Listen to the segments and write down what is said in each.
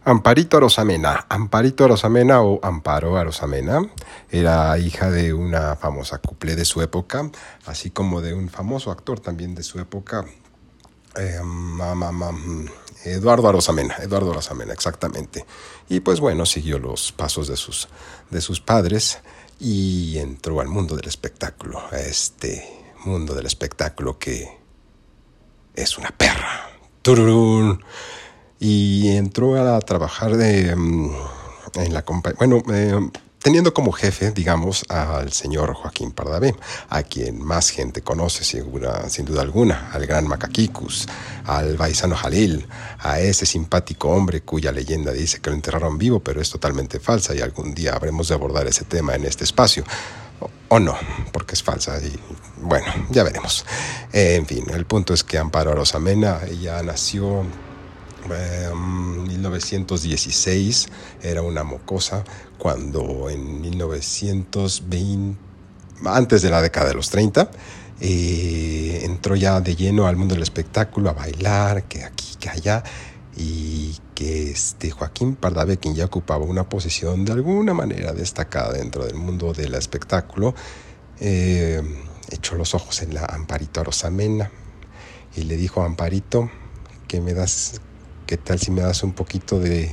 Amparito Arosamena. Amparito Arosamena o Amparo Arosamena era hija de una famosa cuplé de su época, así como de un famoso actor también de su época, Eduardo Arosamena, exactamente. Y pues bueno, siguió los pasos de sus padres y entró al mundo del espectáculo, a este mundo del espectáculo que es una perra. ¡Tururún! Y entró a trabajar en la compañía, teniendo como jefe, digamos, al señor Joaquín Pardavé, a quien más gente conoce, sin duda alguna, al gran Macaquicus, al Baizano Jalil, a ese simpático hombre cuya leyenda dice que lo enterraron vivo, pero es totalmente falsa y algún día habremos de abordar ese tema en este espacio. O no, porque es falsa y bueno, ya veremos. En fin, el punto es que Amparo Arosamena, ella nació en 1916, era una mocosa, cuando en 1920, antes de la década de los 30, entró ya de lleno al mundo del espectáculo, a bailar, que aquí, que allá, y que Joaquín Pardavé, quien ya ocupaba una posición de alguna manera destacada dentro del mundo del espectáculo, echó los ojos en la Amparito Arosamena y le dijo a Amparito: ¿qué tal si me das un poquito de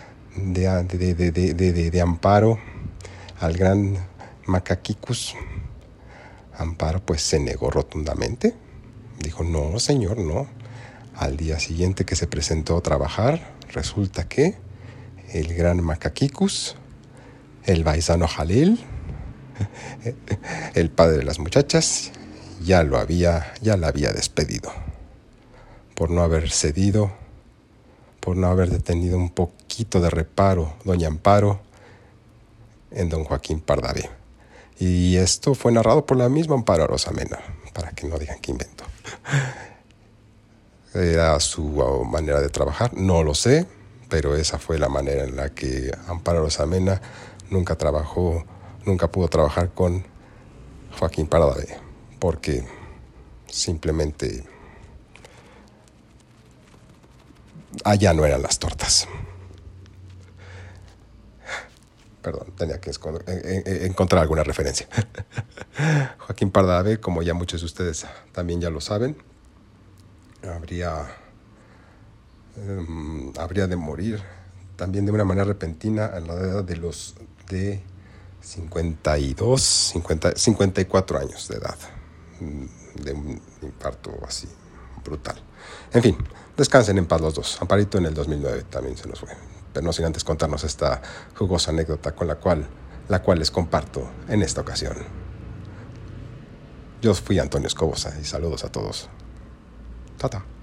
amparo al gran Macaquicus? Amparo pues se negó rotundamente, dijo: no señor, no. Al día siguiente que se presentó a trabajar, resulta que el gran Macaquicus, el Baizano Jalil, el padre de las muchachas, ya la había despedido por no haber cedido, por no haber detenido un poquito de reparo doña Amparo en don Joaquín Pardavé. Y esto fue narrado por la misma Amparo Arosamena, para que no digan que invento. Era su manera de trabajar, no lo sé, pero esa fue la manera en la que Amparo Arosamena nunca pudo trabajar con Joaquín Pardavé, porque simplemente allá no eran las tortas. Perdón, tenía que encontrar alguna referencia. Joaquín Pardavé, como ya muchos de ustedes también ya lo saben, habría de morir también de una manera repentina a la edad de 54 años de edad, de un infarto así brutal. En fin, descansen en paz los dos. Amparito en el 2009 también se nos fue, pero no sin antes contarnos esta jugosa anécdota con la cual les comparto en esta ocasión. Yo fui Antonio Escobosa y saludos a todos. Tata.